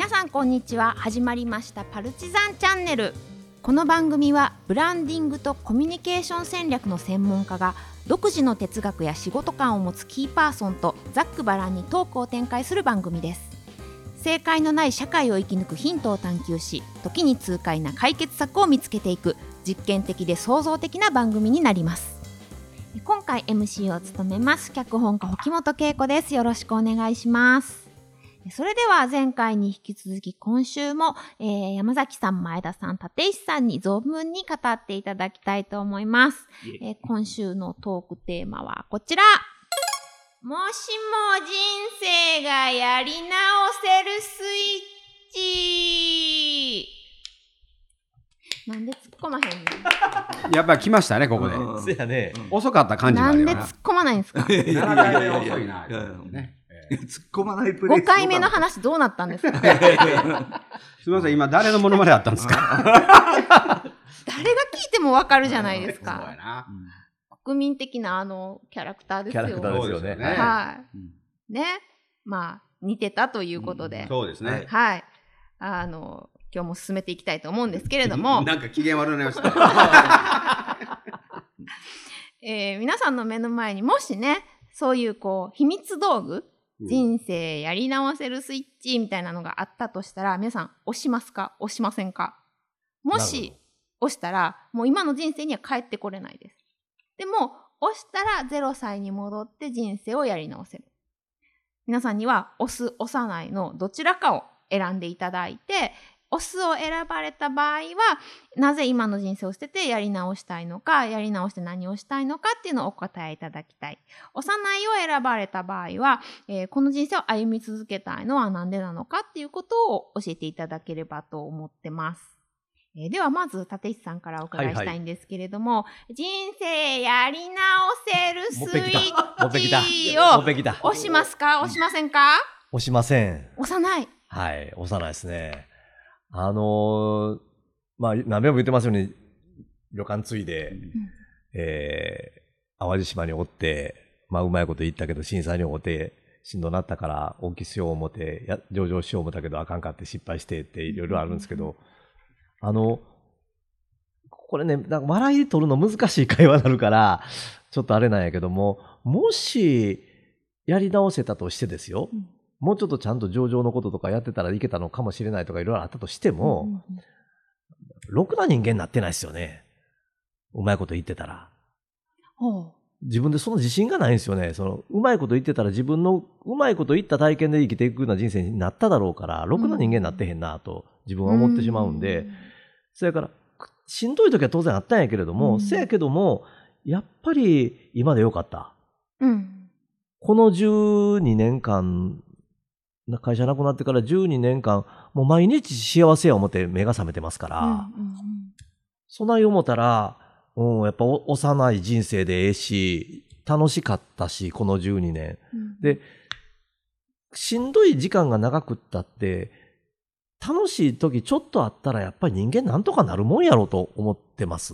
皆さんこんにちは。始まりましたパルチザンチャンネル。この番組はブランディングとコミュニケーション戦略の専門家が独自の哲学や仕事観を持つキーパーソンとざっくばらんにトークを展開する番組です。正解のない社会を生き抜くヒントを探求し、時に痛快な解決策を見つけていく実験的で創造的な番組になります。今回 MC を務めます脚本家保本恵子です。よろしくお願いします。それでは前回に引き続き今週も、山崎さん、前田さん、立石さんに存分に語っていただきたいと思います。今週のトークテーマはこちら。もしも人生がやり直せるスイッチ。なんで突っ込まへんの？ やっぱり来ましたね、ここで。 そうやね。 遅かった感じもあるよな。 なんで突っ込まないんですか 7回目遅いな。 突っ込まないプレイ。 5回目の話どうなったんですか？ すみません、今誰のモノマネあったんですか？ 誰が聞いてもわかるじゃないですそうやか。 な。 国民的なキャラクターですよ。 キャラクターですよね。 はい。ね。まあ、似てたということで。 そうですね。 はい。今日も進めていきたいと思うんですけれども。 なんか機嫌悪くなりました。 皆さんの目の前にもしね、そういう秘密道具、人生やり直せるスイッチみたいなのがあったとしたら、皆さん押しますか押しませんか？もし押したら、もう今の人生には帰ってこれないです。でも、押したら0歳に戻って人生をやり直せる。皆さんには押す、押さないのどちらかを選んでいただいて、押すを選ばれた場合は、なぜ今の人生を捨ててやり直したいのか、やり直して何をしたいのかっていうのをお答えいただきたい。押さないを選ばれた場合は、この人生を歩み続けたいのは何でなのかっていうことを教えていただければと思ってます。ではまず立石さんからお伺いしたいんですけれども、人生やり直せるスイッチを押しますか押しませんか？ 押しません。 押さない。 はい、押さないですね。まあ、何べも言ってますように、旅館継いで、淡路島におって、まあ、うまいこと言ったけど、震災におって、しんどなったから、大きしよう思って、上場しよう思ったけど、あかんかって失敗してっていろいろあるんですけど、これね、なんか笑い取るの難しい会話になるから、ちょっとあれなんやけども、もし、やり直せたとしてですよ、もうちょっとちゃんと上場のこととかやってたらいけたのかもしれないとかいろいろあったとしても、ろくな人間になってないですよね。うまいこと言ってたら。自分でその自信がないんですよね。うまいこと言ってたら自分のうまいこと言った体験で生きていくような人生になっただろうから、ろくな人間になってへんなと自分は思ってしまうんで、それから、しんどい時は当然あったんやけれども、せやけども、やっぱり今でよかった。この12年間、会社なくなってから12年間、もう毎日幸せや思って目が覚めてますから、そない思ったら、やっぱ幼い人生でええし、楽しかったし、この12年。で、しんどい時間が長くったって、楽しい時ちょっとあったらやっぱり人間なんとかなるもんやろうと思ってます。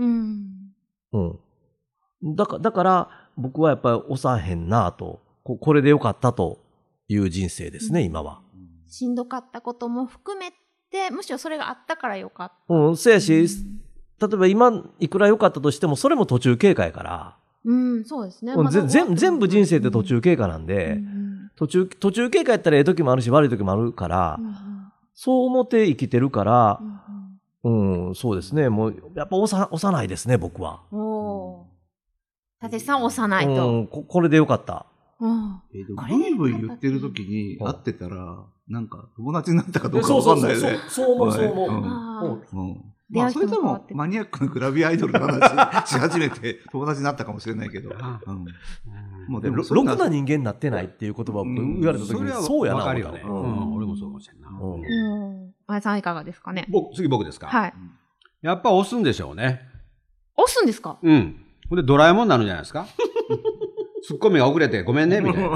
だから僕はやっぱり押さへんなと、これでよかったという人生ですね、今は。 しんどかったことも含めて、むしろそれがあったからよかった。 そうやし、例えば今いくらよかったとしてもそれも途中経過やから。 そうですね。 全部人生って途中経過なんで、途中経過やったらええ時もあるし悪い時もあるから、そう思って生きてるから、そうですね。もうやっぱ押さないですね、僕は。 立石さん押さないと。 これでよかった。 ブイブイ言ってる時に会ってたら、なんか友達になったかどうかわかんないね。 そう思う。 まあ、それでもマニアックなグラビアアイドルの話し始めて友達になったかもしれないけど。 もうでも、ろくな人間になってないっていう言葉を言われた時に、そうやな。 わかるよね。俺もそうかもしれんな。 前さんいかがですかね？ 次僕ですか？ はい。 やっぱ押すんでしょうね。 押すんですか？ ほんでドラえもんになるんじゃないですか？ツッコミが遅れてごめんね、みたいな。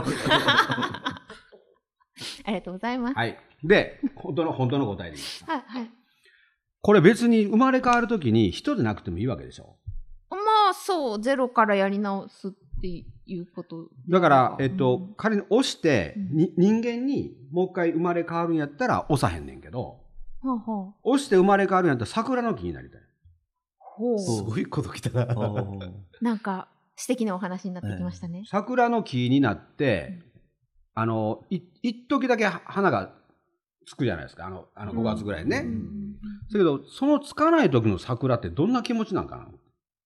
ありがとうございます。 はい。で、本当の答えで言います。 はい。 これ別に生まれ変わるときに人でなくてもいいわけでしょ？ まあそう、ゼロからやり直すっていうことだから、 うん仮に押して、 うん人間にもう一回生まれ変わるんやったら押さへんねんけど、 はあはあ押して生まれ変わるんやったら桜の木になりたい。 ほうすごいこときたな。 なんか素敵なお話になってきましたね。 桜の木になって、一時だけ花がつくじゃないですか。5月ぐらいにね。 うんだけど、そのつかない時の桜ってどんな気持ちなんかな。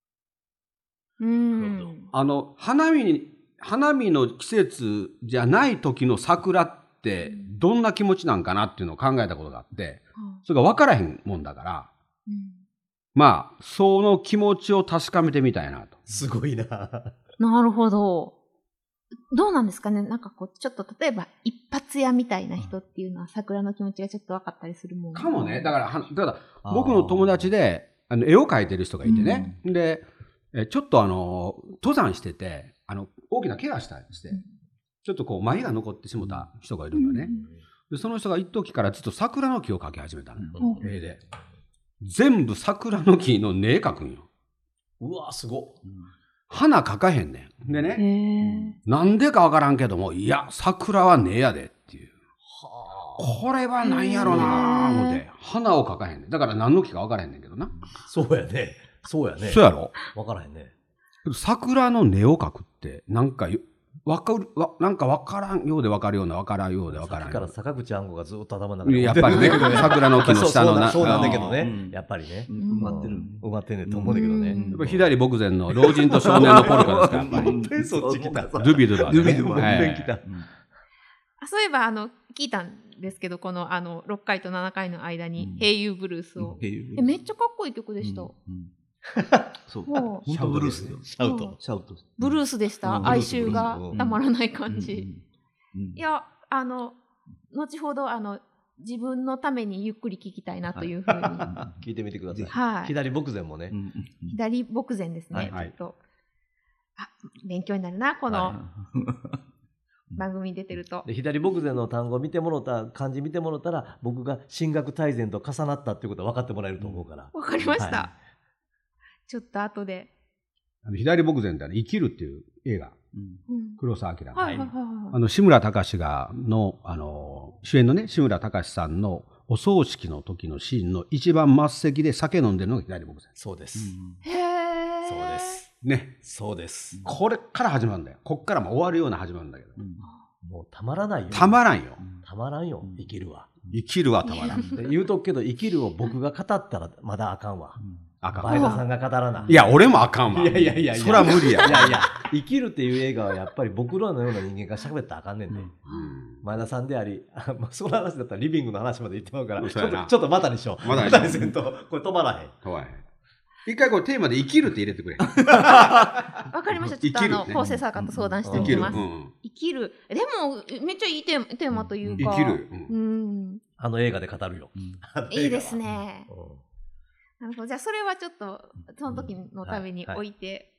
うん花見の季節じゃない時の桜ってどんな気持ちなんかなっていうのを考えたことがあって、それが分からへんもんだから、 うんまあ、その気持ちを確かめてみたいなと。 すごいな。 なるほど。どうなんですかね、なんかこう、ちょっと例えば一発屋みたいな人っていうのは桜の気持ちがちょっと分かったりするもんかもね。だから僕の友達で、絵を描いてる人がいてね。で、ちょっと登山してて、大きな怪我したりして、ちょっとこう、眉が残ってしもた人がいるんだね。で、その人が一時からずっと桜の木を描き始めたのよ。絵で。全部桜の木の根描くんよ。 うわ、すごっ。 花描かへんねん。でへね、 ーなんでかわからんけども、いや、桜は根やでっていう。これは何やろなぁ思って、花を描かへんねん。だから何の木かわからへんねんけどな。 そうやね。そうやね。 そうやろ？ わからへんね。 桜の根を描くって、なんかなんかわからんようでわかるような、わからんようでわからんようさっきから坂口安吾がずっと頭の中で。 やっぱりね、桜の木の下のそうなんだけどうねん。 やっぱりね。 埋まってる。 埋まってんねんと思うんだけどね。 うんやっぱ左牧前の老人と少年のポルカですから、やっぱり。 本当にそっち来た。 ドゥビドゥバでね。 ドゥビドゥバはい本当に来た。 あそういえば聞いたんですけど、この6回と7回の間に「英雄ブルース」を、めっちゃかっこいい曲でした。 そう。 もう本当ブルースだよ。 シャウト。 シャウト。 ブルースでした、 うん哀愁がうんたまらない感じ、 うんいや後ほど自分のためにゆっくり聞きたいなというふうに、 聞いてみてください。 はい、 左牧前もねう。ん左牧前ですね、 はいちょっと勉強になるなこのは番組に出てると、 で左牧前の単語を見てもろた漢字見てもろたら僕が進学大全と重なったっていうことは分かってもらえると思うから。 わかりました、 はちょっと後で、 左牧前って生きるっていう映画、 うん黒澤明の。 はいはいはいはい、 志村隆の、主演のね、志村隆さんのお葬式の時のシーンの一番末席で酒飲んでるのが左牧前。 そうです。 へえそうです。 ね。 そうです。 これから始まるんだよ。こっからも終わるような始まるんだけど。 もうたまらないよ。 たまらんよ。 たまらんよ。生きるわ。 生きるはたまらん。 で言うとくけど生きるを僕が語ったらまだあかんわ。 あかん。 前田さんが語らない。 いや、俺もあかんわ。 いやいやいやいやそら無理や。 いやいや、生きるっていう映画はやっぱり僕らのような人間が喋ったらあかんねんで。 うん前田さんであり、その話だったらリビングの話まで言ってまうから、ちそうやなょっとまたにしよう。 またにしようせんと、これ止まらへん。 はい。一回これテーマで生きるって入れてくれ。 わかりました。ちょっと生きるね構成作家と相談して生きる。 みます。 うん生きる。でも、めっちゃいいテーマというか。 生きる。 うん。 あの映画で語るよ。 いいですね。 うんなるほど。じゃあ、それはちょっと、その時のために置いて、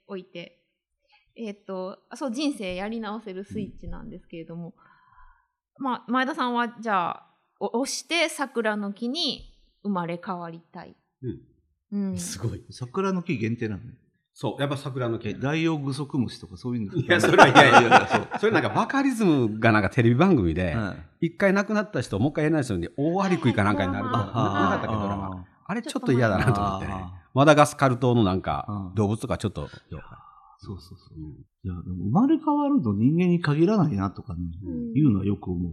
そう、人生やり直せるスイッチなんですけれども、まあ、前田さんは、じゃあ、押して桜の木に生まれ変わりたい。うん。 すごい。 桜の木限定なのね。 そう、やっぱ桜の木。 ダイオウグソクムシとかそういうの。 いや、それはいやいや、それなんかバカリズムがなんかテレビ番組で、 はい一回亡くなった人をもう一回やらない人に大割り食いかなんかになるとか、なかったっけドラマ。あれちょっと嫌だなと思ってね。マダガスカル島のなんか動物とかちょっと。 そうそうそう。いや、でも生まれ変わると人間に限らないなとかね、いうのはよく思う。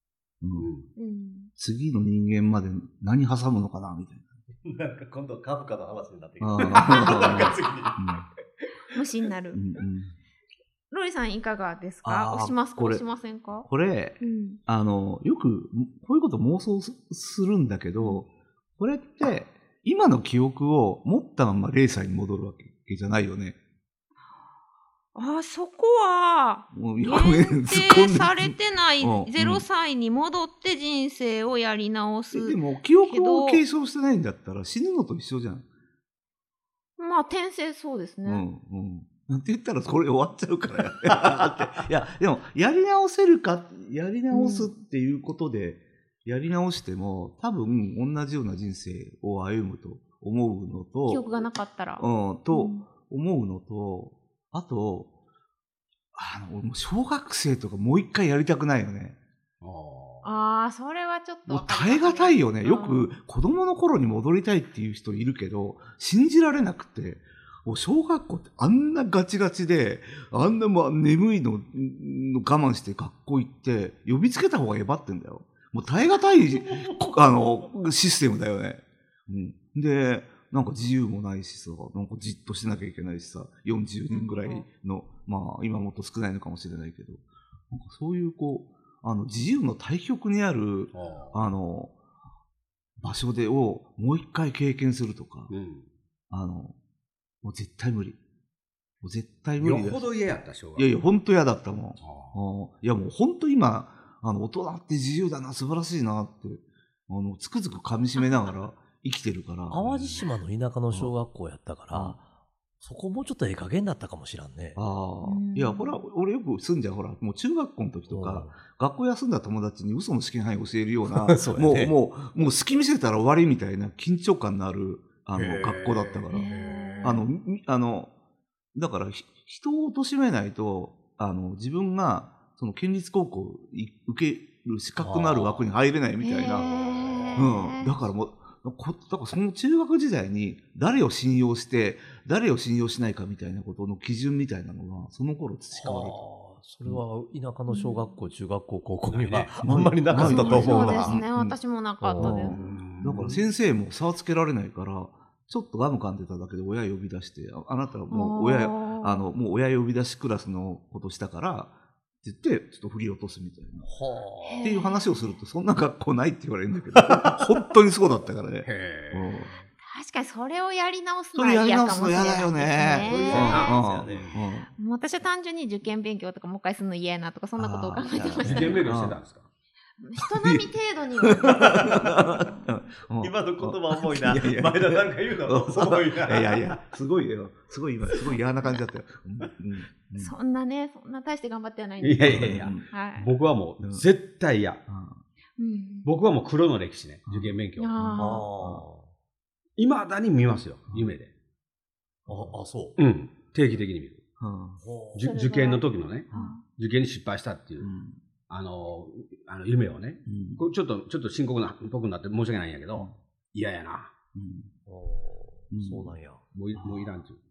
次の人間まで何挟むのかなみたいな。 なんか今度カフカの話になってきた。 なんか次に虫になる。ロリさんいかがですか？押しますか？押しませんか？ これ、よくこういうこと妄想するんだけど、これって今の記憶を持ったまま0歳に戻るわけじゃないよね。 そこは限定されてない0歳に戻って人生をやり直す。 でも記憶を継承してないんだったら死ぬのと一緒じゃん。 まあ転生そうですね。 なんて言ったらこれ終わっちゃうからいやでもやり直せるか、やり直すっていうことでやり直しても多分同じような人生を歩むと思うのと、 記憶がなかったらと思うのと、あと俺もう小学生とかもう一回やりたくないよね。 それはちょっともう耐え難いよね。よく子供の頃に戻りたいっていう人いるけど、信じられなくて、もう小学校ってあんなガチガチで、あんなもう眠いの我慢して学校行って、呼びつけた方がえばってんだよ。もう耐え難い、システムだよね。で、なんか自由もないしさ、なんかじっとしなきゃいけないしさ、40人ぐらいの、まあ今もっと少ないのかもしれないけど、なんかそういう自由の対極にある、場所をもう一回経験するとか、もう絶対無理。もう絶対無理だ。 よほど嫌やった小学校。 いや、本当嫌だったもん。いや、もう本当今、大人って自由だな、素晴らしいなって、つくづく噛み締めながら生きてるから。 淡路島の田舎の小学校やったから、そこもうちょっとええ加減だったかもしらんね。 いや、ほら、俺よく住んじゃほら、もう中学校の時とか、学校休んだ友達に嘘の試験範囲教えるような、ね、もう隙見せたら終わりみたいな緊張感のある、学校だったから。だから、人を貶めないと、自分が、その県立高校受ける資格のある枠に入れないみたいな。だからもう、だからその中学時代に誰を信用して誰を信用しないかみたいなことの基準みたいなのがその頃培われた。 それは田舎の小学校、中学校、高校にはあんまりなかったと思うな。 そうですね、私もなかったです。 だから先生も差をつけられないから、ちょっとガム噛んでただけで親呼び出して、あなたはもう親呼び出しクラスのことしたからって言ってちょっと振り落とすみたいなっていう話をすると、そんな学校ないって言われるんだけど本当にそうだったからね。 確かにそれをやり直すのは嫌かもしれないですね。私は単純に受験勉強とかもう一回するの嫌やなとかそんなことを考えてました。 受験勉強してたんですか？ 人並み程度には今の言葉重いな。前田さんが言うの重いな。 いやすごいよ、すごい嫌な感じだったよ。 そんな大して頑張ってはないんです。 いや、僕はもう絶対嫌。僕はもう黒の歴史ね、受験勉強。未だに見ますよ、夢で。 そう。 定期的に見る。受験の時のね、受験に失敗したっていう。夢をね、ちょっと深刻なっぽくなって申し訳ないんやけど、嫌やな。 そうなんや。 もういらんちゅう。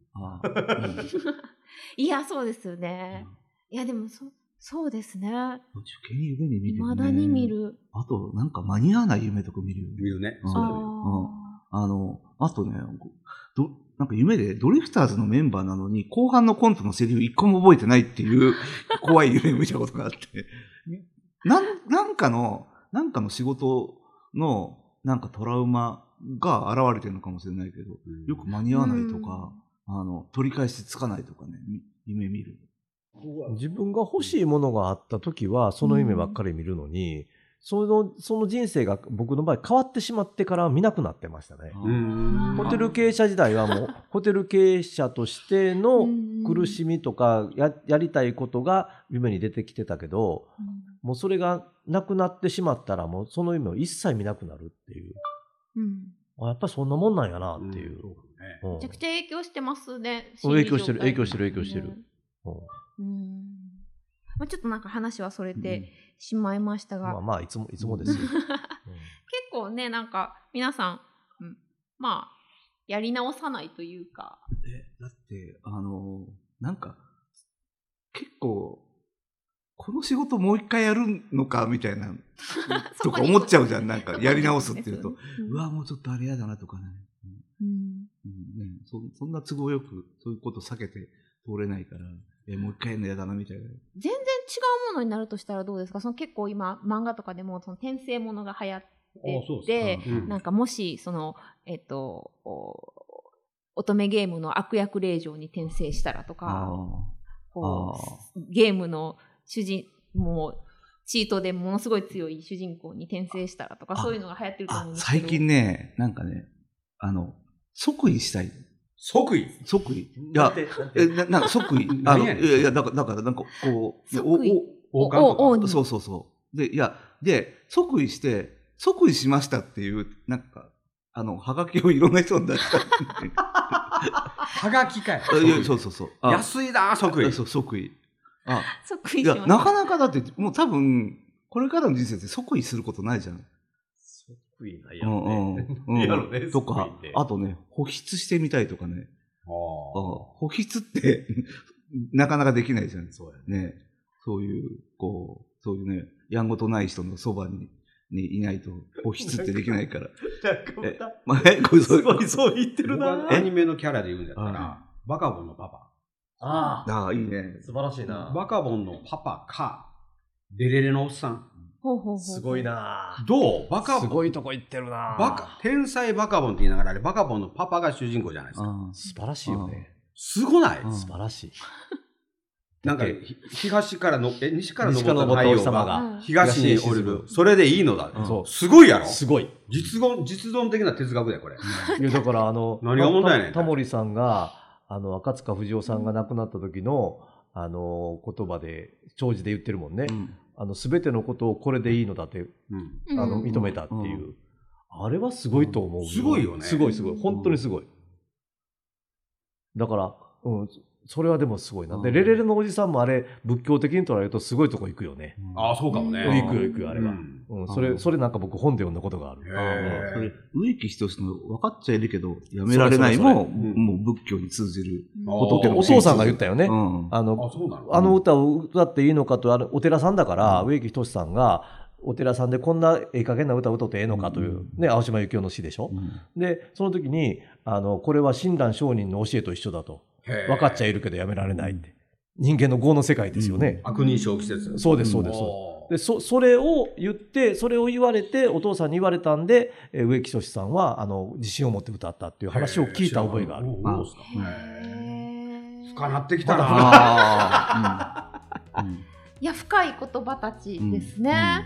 いや、そうですよね。いや、でもそうですね。 受験夢に見るね。 未だに見る。 あと、なんか間に合わない夢とか見るよね。 見るね。 あとね、なんか夢でドリフターズのメンバーなのに後半のコントのセリフ一個も覚えてないっていう怖い夢見たことがあってなんかの仕事のなんかトラウマが現れてるのかもしれないけど、よく間に合わないとか、取り返しつかないとかね、夢見る。 自分が欲しいものがあった時はその夢ばっかり見るのに、その人生が僕の場合変わってしまってから見なくなってましたね。ホテル経営者時代はもうホテル経営者としての苦しみとか やりたいことが夢に出てきてたけど、もうそれがなくなってしまったらもうその夢を一切見なくなるっていう、やっぱりそんなもんなんやなっていう。 めちゃくちゃ影響してますね。 影響してる。 ちょっとなんか話はそれてしまいましたが、 まあいつもですよ。 結構ね、なんか皆さん、まあやり直さないというか。 だってなんか結構この仕事もう一回やるのかみたいなとか思っちゃうじゃん。なんかやり直すっていうと、うわもうちょっとあれやだなとかね。そんな都合よくそういうこと避けて通れないから。もう一回やるのやだなみたいな。 全然違うものになるとしたらどうですか？結構今漫画とかでもその転生ものが流行ってて、なんかもしその乙女ゲームの悪役令嬢に転生したらとか、ゲームのもうチートでものすごい強い主人公に転生したらとか、そういうのが流行ってると思うんですけど。 最近ね、なんかね、即位したい。 即位。 いや、なんか即位。いや、だからなんかこう、 王冠とか。 そう。で、即位しましたっていう、なんか、はがきをいろんな人に出した。 はがきかい。 そう。 安いな、即位。 そう、即位。 あ、 即位します。 いや、なかなかだって、もう多分、これからの人生って即位することないじゃん。 即位なんやうんろね。 うん。 やろねとか即位って、 あとね、保筆してみたいとかね。 あ保筆ってなかなかできないじゃん。 そうやね。そういう、そういうね、やんごとない人のそばに、ね、いないと保筆ってできないから。これすごいそう言ってる僕はな。 アニメのキャラで言うんだったら、バカボンのパパ。 ああ、 いいね。 素晴らしいな。 バカボンのパパか、デレレのおっさん。 ほうほうほう。 すごいな。 どうバカボン。 すごいとこ行ってるな。 天才バカボンって言いながら、あれバカボンのパパが主人公じゃないですか。 素晴らしいよね。 すごない？ 素晴らしい。 なんか、西から登った太陽が東に降りる。それでいいのだ。すごいやろ？ すごい。 実存的な哲学だよ、これ。 いや、だから何が問題ねん。 タモリさんが、赤塚不二夫さんが亡くなった時の、言葉で、弔辞で言ってるもんね。すべてのことをこれでいいのだって、認めたっていう。あれはすごいと思う。 すごいよね。 すごいすごい。本当にすごい。だから、それはでもすごいな。で、レレレのおじさんもあれ、仏教的に捉えるとすごいとこ行くよね。 ああ、そうかもね。 行くよ、あれは。それなんか僕本で読んだことがある。 それ、植木等の分かっちゃいるけど、やめられないも、もう仏教に通じる仏のお父さんが言ったよね。あの歌を歌っていいのかと、お寺さんだから、植木等さんが、お寺さんでこんなええ加減な歌を歌ってええのかという、ね、青島幸男の詩でしょ。で、その時に、これは親鸞上人の教えと一緒だと。分かっちゃいるけどやめられないって。人間の業の世界ですよね。 悪人小季節。 そうです、そうです。で、それを言って、それを言われて、お父さんに言われたんで、植木等さんは、自信を持って歌ったっていう話を聞いた覚えがある。 深なってきたな。 いや、深い言葉たちですね。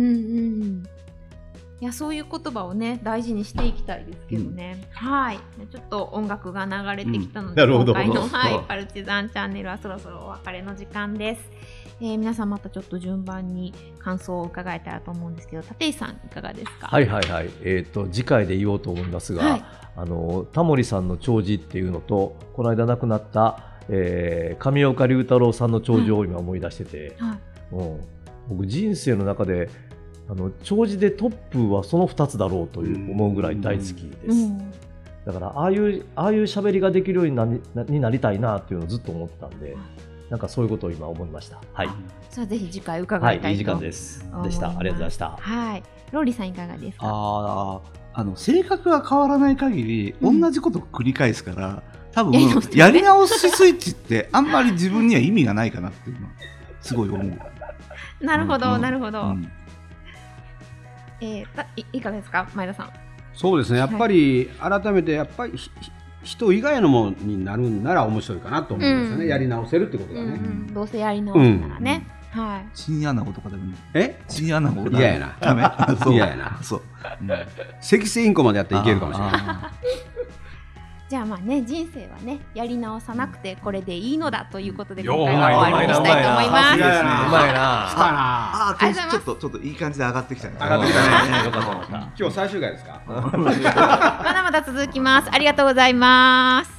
いや、そういう言葉をね、大事にしていきたいですけどね。はい。ちょっと音楽が流れてきたので、今回の、パルチザンチャンネルはそろそろお別れの時間です。皆さんまたちょっと順番に感想を伺えたらと思うんですけど、立石さんいかがですか？ はいはいはい。次回で言おうと思いますが、タモリさんの弔辞っていうのと、この間亡くなった、上岡龍太郎さんの弔辞を今思い出してて、僕人生の中で弔辞でトップはその2つだろうと思うぐらい大好きです。だからああいう喋りができるようになりたいなっていうのをずっと思ってたんで、なんかそういうことを今思いました。はい。 それぜひ次回伺いたいと。 いい時間でした。ありがとうございました。 はい。ローリーさんいかがですか？ 性格が変わらない限り、同じことを繰り返すから、多分やり直しスイッチってあんまり自分には意味がないかなっていうのはすごい思う。 なるほど、なるほど。いかがですか、前田さん。 そうですね、やっぱり改めてやっぱり人以外のものになるんなら面白いかなと思いますよね。やり直せるってことがね。 どうせやり直すならね。はい。 チンアナゴとかでもいい。チチンンアナゴ嫌やな。 ダメ。 嫌やな。 そう。 赤星インコまでやっていけるかもしれない。 じゃあまあね、人生はね、やり直さなくてこれでいいのだということで今回は終わりにしたいと思います。 うまいな。 来たな。 ちょっといい感じで上がってきたね。 上がってきたね。 よかった。 今日最終回ですか？ まだまだ続きます。ありがとうございます。